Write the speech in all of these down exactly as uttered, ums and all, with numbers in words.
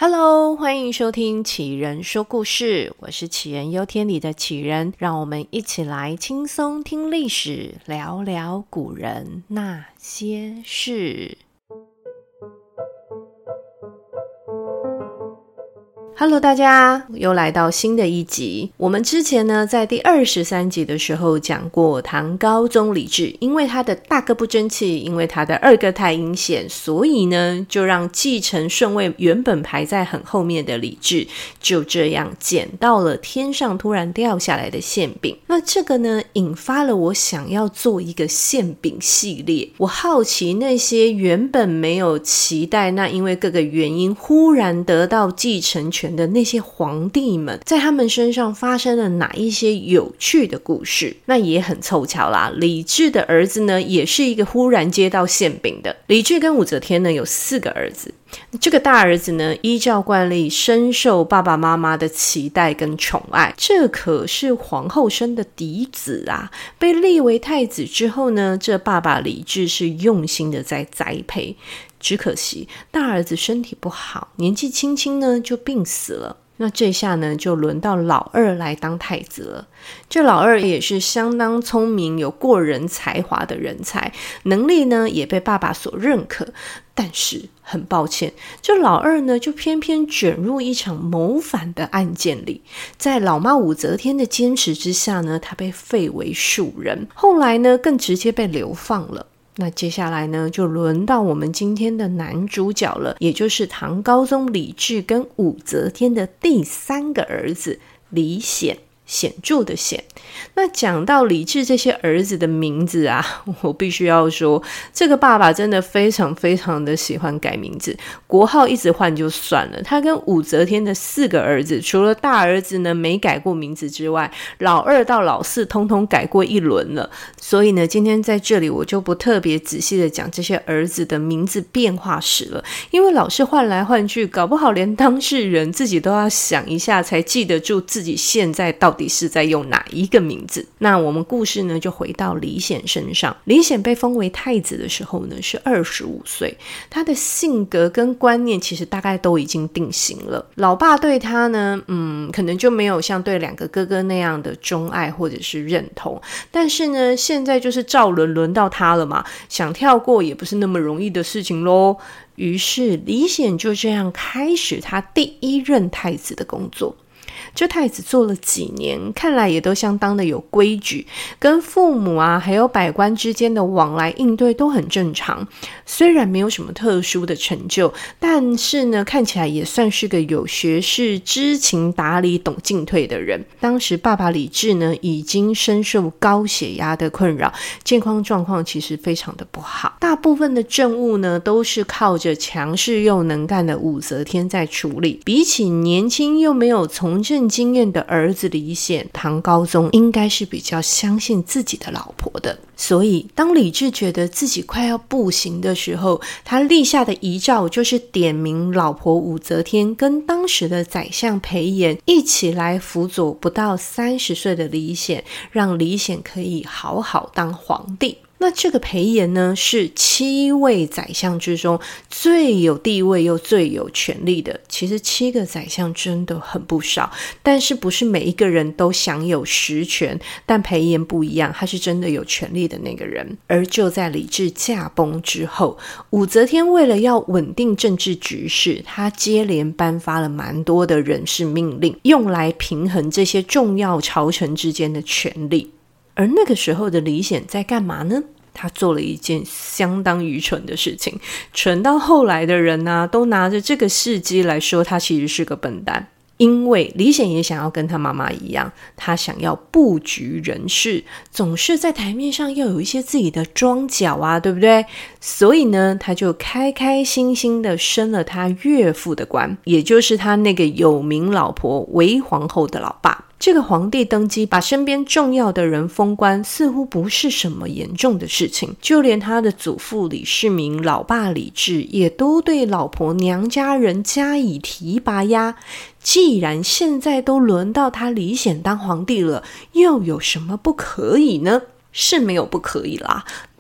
Hello， 欢迎收听杞人说故事，我是杞人忧天里的杞人，让我们一起来轻松听历史，聊聊古人那些事。Hello， 大家又来到新的一集。我们之前呢，在第二十三集的时候讲过唐高宗李治，因为他的大哥不争气，因为他的二哥太阴险，所以呢，就让继承顺位原本排在很后面的李治，就这样捡到了天上突然掉下来的馅饼。那这个呢，引发了我想要做一个馅饼系列。我好奇那些原本没有期待，那因为各个原因忽然得到继承权的那些皇帝们，在他们身上发生了哪一些有趣的故事。那也很凑巧啦，李治的儿子呢，也是一个忽然接到馅饼的。李治跟武则天呢，有四个儿子。这个大儿子呢，依照惯例深受爸爸妈妈的期待跟宠爱，这可是皇后生的嫡子啊。被立为太子之后呢，这爸爸李治是用心的在栽培，只可惜大儿子身体不好，年纪轻轻呢就病死了。那这下呢，就轮到老二来当太子了。这老二也是相当聪明，有过人才华的人才，能力呢也被爸爸所认可。但是很抱歉，这老二呢就偏偏卷入一场谋反的案件里。在老妈武则天的坚持之下呢，他被废为庶人，后来呢更直接被流放了。那接下来呢，就轮到我们今天的男主角了，也就是唐高宗李治跟武则天的第三个儿子李显，显著的显。那讲到李治这些儿子的名字啊，我必须要说，这个爸爸真的非常非常的喜欢改名字，国号一直换就算了，他跟武则天的四个儿子，除了大儿子呢没改过名字之外，老二到老四通通改过一轮了。所以呢，今天在这里我就不特别仔细的讲这些儿子的名字变化史了，因为老是换来换去，搞不好连当事人自己都要想一下才记得住自己现在到底是在用哪一个名字。那我们故事呢就回到李显身上。李显被封为太子的时候呢是二十五岁，他的性格跟观念其实大概都已经定型了。老爸对他呢嗯，可能就没有像对两个哥哥那样的钟爱或者是认同，但是呢现在就是照轮轮到他了嘛，想跳过也不是那么容易的事情咯。于是李显就这样开始他第一任太子的工作。这太子做了几年，看来也都相当的有规矩，跟父母啊还有百官之间的往来应对都很正常。虽然没有什么特殊的成就，但是呢看起来也算是个有学识、知情达理、懂进退的人。当时爸爸李治呢已经深受高血压的困扰，健康状况其实非常的不好，大部分的政务呢都是靠着强势又能干的武则天在处理。比起年轻又没有从政经验的儿子李显，唐高宗应该是比较相信自己的老婆的。所以当李治觉得自己快要不行的时候，他立下的遗诏就是点名老婆武则天跟当时的宰相裴炎一起来辅佐不到三十岁的李显，让李显可以好好当皇帝。那这个裴炎呢，是七位宰相之中最有地位又最有权力的。其实七个宰相真的很不少，但是不是每一个人都享有实权，但裴炎不一样，他是真的有权力的那个人。而就在李治驾崩之后，武则天为了要稳定政治局势，他接连颁发了蛮多的人事命令，用来平衡这些重要朝臣之间的权力。而那个时候的李显在干嘛呢？他做了一件相当愚蠢的事情，蠢到后来的人啊，都拿着这个事迹来说他其实是个笨蛋。因为李显也想要跟他妈妈一样，他想要布局人事，总是在台面上要有一些自己的庄脚啊，对不对？所以呢，他就开开心心的升了他岳父的官，也就是他那个有名老婆为皇后的老爸。这个皇帝登基，把身边重要的人封官，似乎不是什么严重的事情。就连他的祖父李世民、老爸李治，也都对老婆娘家人加以提拔呀。既然现在都轮到他李显当皇帝了，又有什么不可以呢？是没有不可以啦，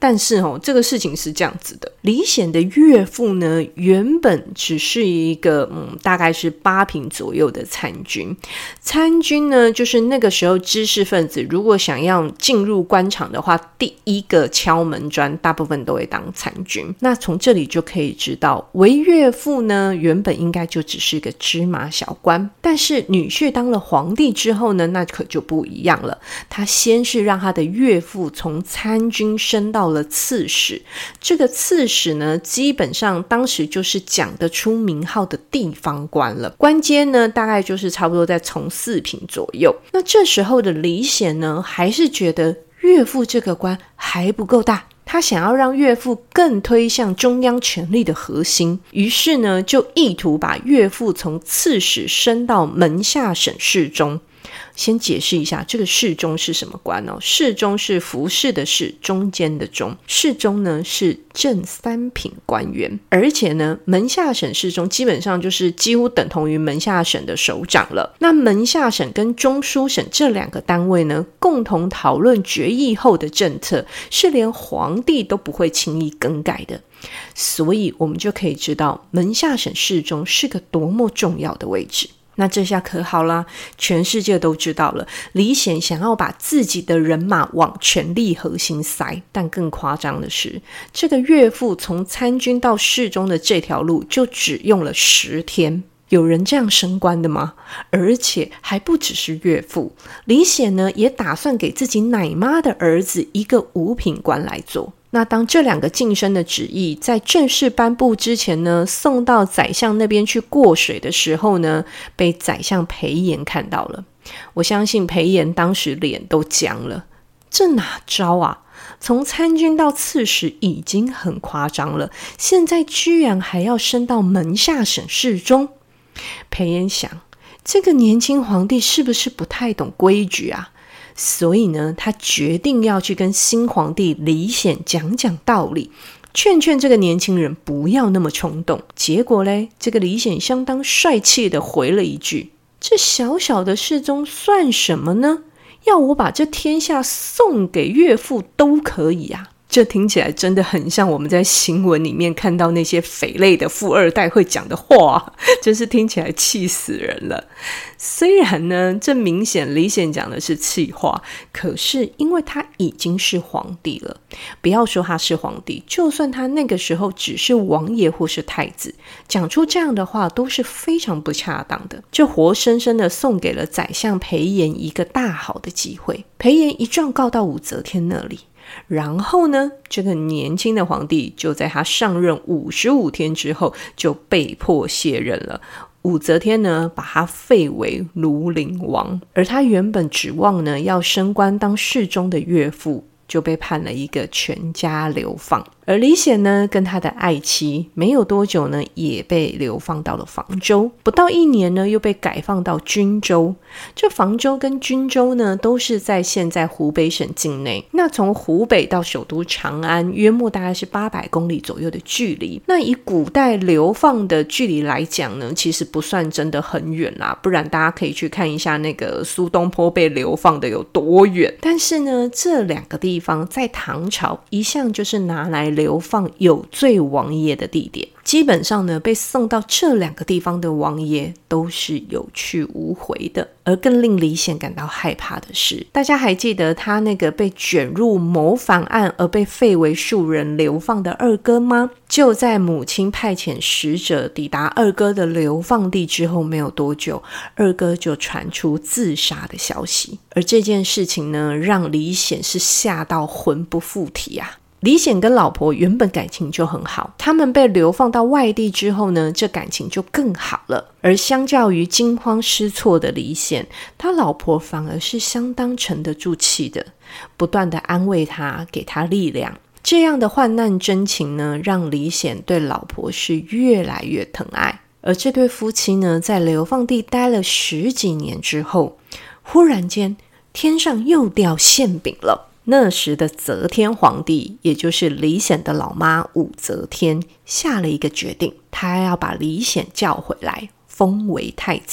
但是哦，这个事情是这样子的，李显的岳父呢，原本只是一个嗯，大概是八品左右的参军。参军呢，就是那个时候知识分子如果想要进入官场的话，第一个敲门砖，大部分都会当参军。那从这里就可以知道，为岳父呢，原本应该就只是一个芝麻小官，但是女婿当了皇帝之后呢，那可就不一样了。他先是让他的岳父从参军升到了刺史，这个刺史呢，基本上当时就是讲得出名号的地方官了，官阶呢大概就是差不多在从四品左右。那这时候的李显呢，还是觉得岳父这个官还不够大，他想要让岳父更推向中央权力的核心，于是呢，就意图把岳父从刺史升到门下省侍中。先解释一下，这个侍中是什么官哦？侍中是服侍的侍，中间的中，侍中呢是正三品官员，而且呢，门下省侍中基本上就是几乎等同于门下省的首长了。那门下省跟中书省这两个单位呢，共同讨论决议后的政策，是连皇帝都不会轻易更改的。所以我们就可以知道，门下省侍中是个多么重要的位置。那这下可好啦，全世界都知道了，李显想要把自己的人马往权力核心塞，但更夸张的是，这个岳父从参军到侍中的这条路就只用了十天。有人这样升官的吗？而且还不只是岳父，李显呢也打算给自己奶妈的儿子一个五品官来做。那当这两个晋升的旨意在正式颁布之前呢，送到宰相那边去过水的时候呢，被宰相裴炎看到了。我相信裴炎当时脸都僵了，这哪招啊？从参军到刺史已经很夸张了，现在居然还要升到门下省侍中。裴炎想，这个年轻皇帝是不是不太懂规矩啊？所以呢，他决定要去跟新皇帝李显讲讲道理，劝劝这个年轻人不要那么冲动。结果嘞，这个李显相当帅气的回了一句，这小小的侍中算什么呢？要我把这天下送给岳父都可以啊。这听起来真的很像我们在新闻里面看到那些匪类的富二代会讲的话，真是听起来气死人了。虽然呢，这明显李显讲的是气话，可是因为他已经是皇帝了，不要说他是皇帝，就算他那个时候只是王爷或是太子，讲出这样的话都是非常不恰当的。这活生生的送给了宰相裴炎一个大好的机会。裴炎一状告到武则天那里，然后呢，这个年轻的皇帝就在他上任五十五天之后就被迫卸任了。武则天呢，把他废为庐陵王，而他原本指望呢要升官当侍中的岳父，就被判了一个全家流放。而李显呢，跟他的爱妻没有多久呢，也被流放到了房州，不到一年呢，又被改放到均州。这房州跟均州呢，都是在现在湖北省境内。那从湖北到首都长安，约莫大概是八百公里左右的距离。那以古代流放的距离来讲呢，其实不算真的很远啦，不然大家可以去看一下那个苏东坡被流放的有多远。但是呢，这两个地方在唐朝一向就是拿来流放有罪王爷的地点，基本上呢，被送到这两个地方的王爷都是有去无回的。而更令李显感到害怕的是，大家还记得他那个被卷入谋反案而被废为庶人流放的二哥吗？就在母亲派遣使者抵达二哥的流放地之后没有多久，二哥就传出自杀的消息。而这件事情呢，让李显是吓到魂不附体啊。李显跟老婆原本感情就很好，他们被流放到外地之后呢，这感情就更好了。而相较于惊慌失措的李显，他老婆反而是相当沉得住气的，不断的安慰他，给他力量。这样的患难真情呢，让李显对老婆是越来越疼爱。而这对夫妻呢，在流放地待了十几年之后，忽然间天上又掉馅饼了。那时的则天皇帝，也就是李显的老妈武则天，下了一个决定，她要把李显叫回来，封为太子。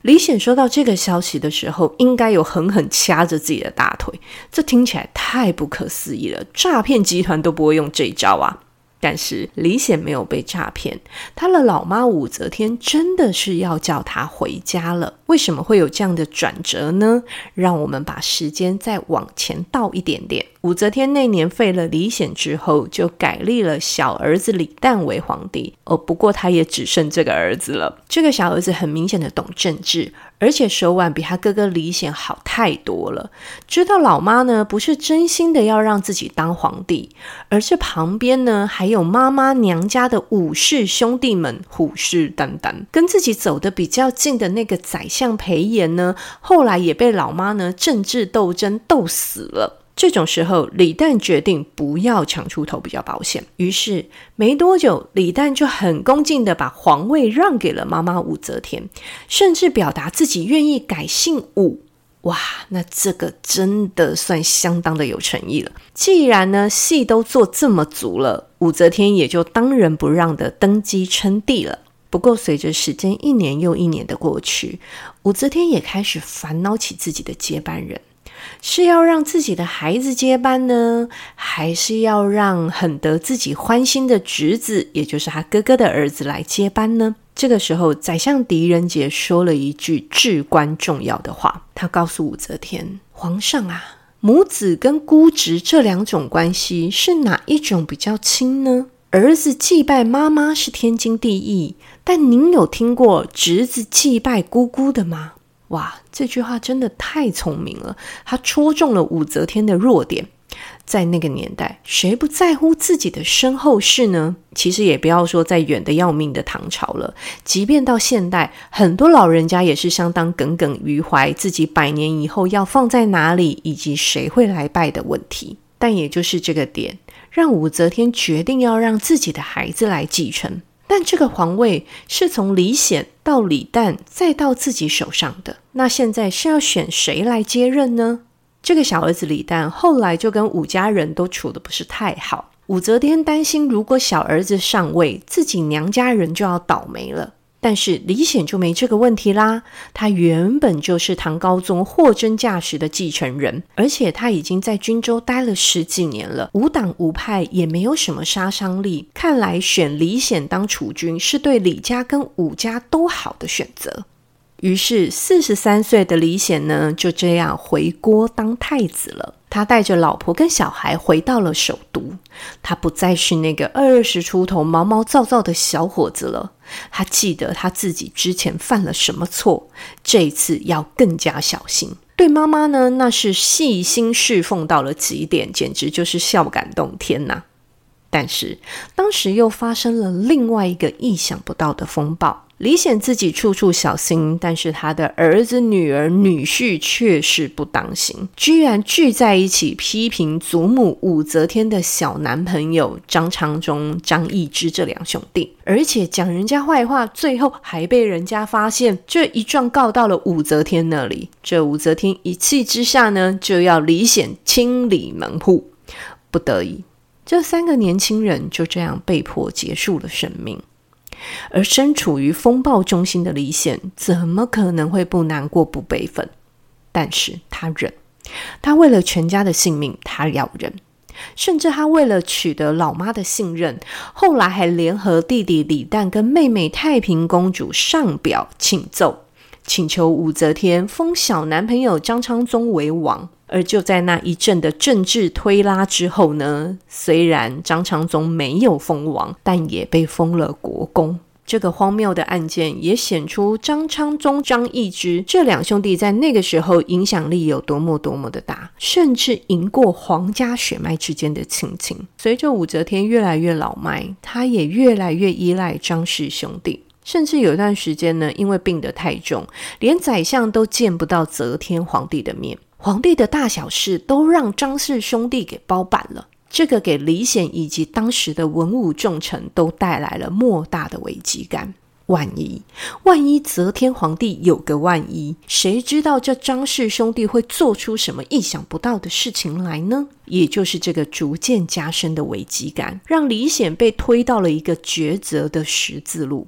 李显收到这个消息的时候，应该有狠狠掐着自己的大腿，这听起来太不可思议了，诈骗集团都不会用这一招啊。但是李显没有被诈骗，他的老妈武则天真的是要叫他回家了。为什么会有这样的转折呢？让我们把时间再往前倒一点点。武则天那年废了李显之后，就改立了小儿子李旦为皇帝。哦，不过他也只剩这个儿子了。这个小儿子很明显的懂政治，而且手腕比他哥哥李显好太多了。知道老妈呢不是真心的要让自己当皇帝，而是旁边呢还有妈妈娘家的武士兄弟们虎视眈眈。跟自己走得比较近的那个宰相裴炎呢，后来也被老妈呢政治斗争斗死了。这种时候，李旦决定不要抢出头比较保险。于是没多久，李旦就很恭敬的把皇位让给了妈妈武则天，甚至表达自己愿意改姓武。哇，那这个真的算相当的有诚意了。既然呢戏都做这么足了，武则天也就当仁不让的登基称帝了。不过随着时间一年又一年的过去，武则天也开始烦恼起自己的接班人。是要让自己的孩子接班呢，还是要让很得自己欢心的侄子，也就是他哥哥的儿子来接班呢？这个时候，宰相狄仁杰说了一句至关重要的话，他告诉武则天：皇上啊，母子跟姑侄这两种关系是哪一种比较亲呢？儿子祭拜妈妈是天经地义，但您有听过侄子祭拜姑姑的吗？哇，这句话真的太聪明了，他戳中了武则天的弱点。在那个年代，谁不在乎自己的身后事呢？其实也不要说在远的要命的唐朝了，即便到现代，很多老人家也是相当耿耿于怀自己百年以后要放在哪里，以及谁会来拜的问题。但也就是这个点，让武则天决定要让自己的孩子来继承。但这个皇位是从李显到李旦再到自己手上的，那现在是要选谁来接任呢？这个小儿子李旦后来就跟武家人都处得不是太好，武则天担心如果小儿子上位，自己娘家人就要倒霉了。但是李显就没这个问题啦，他原本就是唐高宗货真价实的继承人，而且他已经在军州待了十几年了，无党无派，也没有什么杀伤力，看来选李显当储君是对李家跟武家都好的选择。于是四十三岁的李显呢，就这样回国当太子了。他带着老婆跟小孩回到了首都，他不再是那个二十出头毛毛躁躁的小伙子了。他记得他自己之前犯了什么错，这一次要更加小心。对妈妈呢，那是细心侍奉到了极点，简直就是笑感动天哪。但是当时又发生了另外一个意想不到的风暴。李显自己处处小心，但是他的儿子、女儿、女婿却是不当心，居然聚在一起批评祖母武则天的小男朋友张昌宗、张易之这两兄弟，而且讲人家坏话，最后还被人家发现，这一状告到了武则天那里。这武则天一气之下呢，就要李显清理门户，不得已，这三个年轻人就这样被迫结束了生命。而身处于风暴中心的李显怎么可能会不难过不悲愤？但是他忍，他为了全家的性命他要忍，甚至他为了取得老妈的信任，后来还联合弟弟李旦跟妹妹太平公主上表请奏，请求武则天封小男朋友张昌宗为王。而就在那一阵的政治推拉之后呢，虽然张昌宗没有封王，但也被封了国公。这个荒谬的案件也显出张昌宗、张易之这两兄弟在那个时候影响力有多么多么的大，甚至赢过皇家血脉之间的亲情。随着武则天越来越老迈，他也越来越依赖张氏兄弟，甚至有一段时间呢，因为病得太重，连宰相都见不到则天皇帝的面，皇帝的大小事都让张氏兄弟给包办了。这个给李显以及当时的文武重臣都带来了莫大的危机感。万一万一则天皇帝有个万一，谁知道这张氏兄弟会做出什么意想不到的事情来呢？也就是这个逐渐加深的危机感，让李显被推到了一个抉择的十字路口。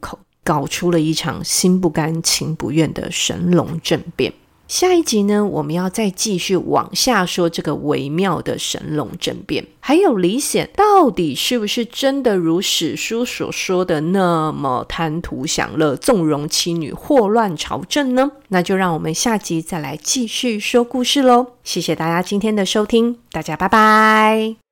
搞出了一场心不甘情不愿的神龙政变。下一集呢，我们要再继续往下说这个微妙的神龙政变，还有李显到底是不是真的如史书所说的那么贪图享乐、纵容妻女、祸乱朝政呢？那就让我们下集再来继续说故事咯。谢谢大家今天的收听，大家拜拜。